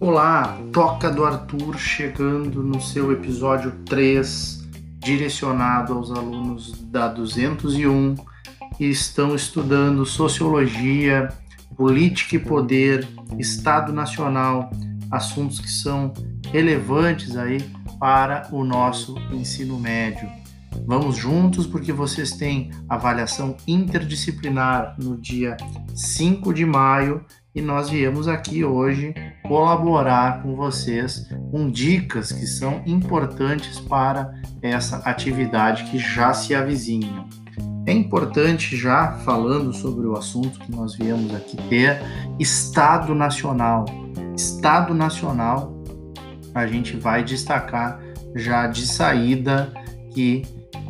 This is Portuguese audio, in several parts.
Olá, Toca do Arthur chegando no seu episódio 3, direcionado aos alunos da 201 que estão estudando Sociologia, Política e Poder, Estado Nacional, assuntos que são relevantes aí para o nosso ensino médio. Vamos juntos porque vocês têm avaliação interdisciplinar no dia 5 de maio e nós viemos aqui hoje colaborar com vocês com dicas que são importantes para essa atividade que já se avizinha. É importante, já falando sobre o assunto que nós viemos aqui ter, Estado Nacional. Estado Nacional, a gente vai destacar já de saída que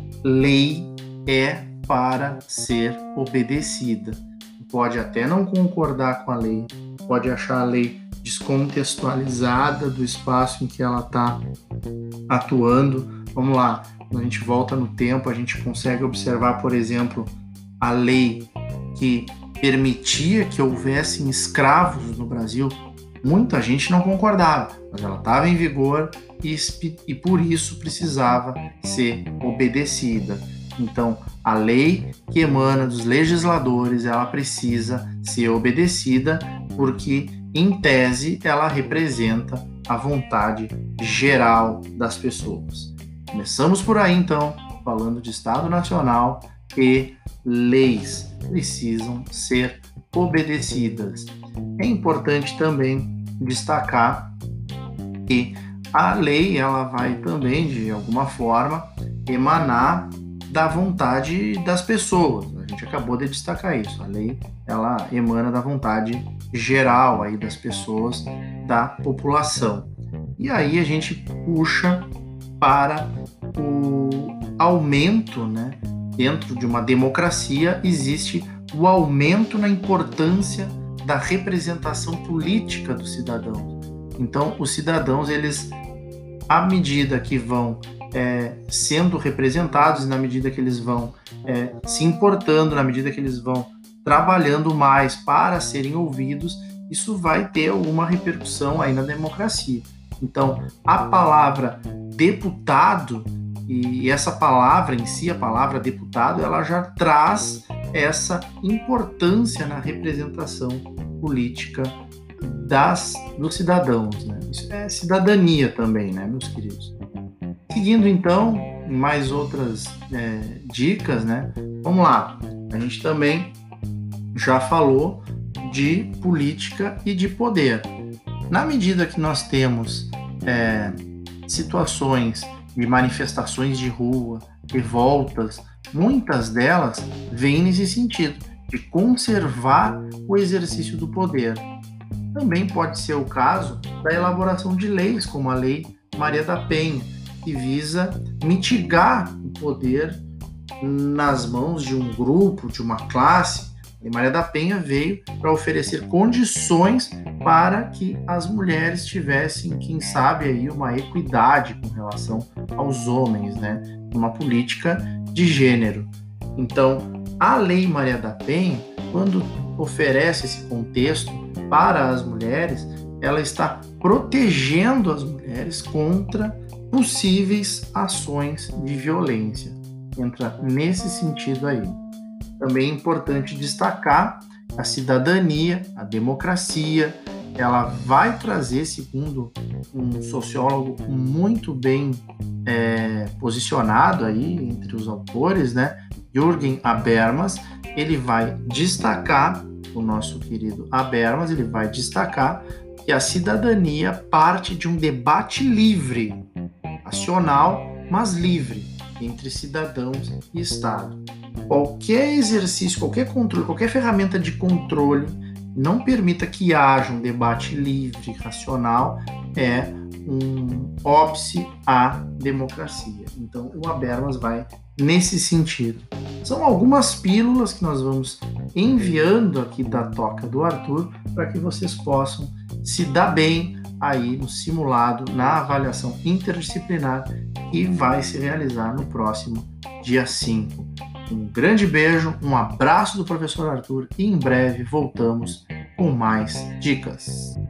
lei é para ser obedecida. Pode até não concordar com a lei, pode achar a lei descontextualizada do espaço em que ela está atuando. Vamos lá, quando a gente volta no tempo, a gente consegue observar, por exemplo, a lei que permitia que houvessem escravos no Brasil. Muita gente não concordava, mas ela estava em vigor e por isso precisava ser obedecida. Então, a lei que emana dos legisladores, ela precisa ser obedecida porque, em tese, ela representa a vontade geral das pessoas. Começamos por aí, então, falando de Estado Nacional e leis precisam ser obedecidas. É importante também destacar que a lei ela vai também, de alguma forma, emanar da vontade das pessoas. A gente acabou de destacar isso. A lei ela emana da vontade geral aí das pessoas, da população. E aí a gente puxa para o aumento, né? Dentro de uma democracia existe o aumento na importância da representação política dos cidadãos. Então, os cidadãos, eles, à medida que vão sendo representados, na medida que eles vão se importando, na medida que eles vão trabalhando mais para serem ouvidos, isso vai ter alguma repercussão aí na democracia. Então, a palavra deputado, e essa palavra em si, a palavra deputado, ela já traz essa importância na representação política dos cidadãos, né? Isso é cidadania também, né, meus queridos? Seguindo, então, mais outras dicas, né? Vamos lá. A gente também já falou de política e de poder. Na medida que nós temos situações de manifestações de rua, revoltas, muitas delas vêm nesse sentido, de conservar o exercício do poder. Também pode ser o caso da elaboração de leis, como a Lei Maria da Penha, que visa mitigar o poder nas mãos de um grupo, de uma classe. A Lei Maria da Penha veio para oferecer condições para que as mulheres tivessem, quem sabe, aí uma equidade com relação aos homens, né? Uma política de gênero. Então, a Lei Maria da Penha, quando oferece esse contexto para as mulheres, ela está protegendo as mulheres contra possíveis ações de violência. Entra nesse sentido aí. Também é importante destacar a cidadania, a democracia. Ela vai trazer, segundo um sociólogo muito bem posicionado aí entre os autores, né, Jürgen Habermas, ele vai destacar, o nosso querido Habermas, ele vai destacar que a cidadania parte de um debate livre, racional, mas livre, entre cidadãos e Estado. Qualquer exercício, qualquer controle, qualquer ferramenta de controle não permita que haja um debate livre, racional, é um óbice à democracia. Então, o Habermas vai nesse sentido. São algumas pílulas que nós vamos enviando aqui da Toca do Arthur para que vocês possam se dar bem aí no simulado, na avaliação interdisciplinar que vai se realizar no próximo dia 5. Um grande beijo, um abraço do professor Arthur e em breve voltamos com mais dicas.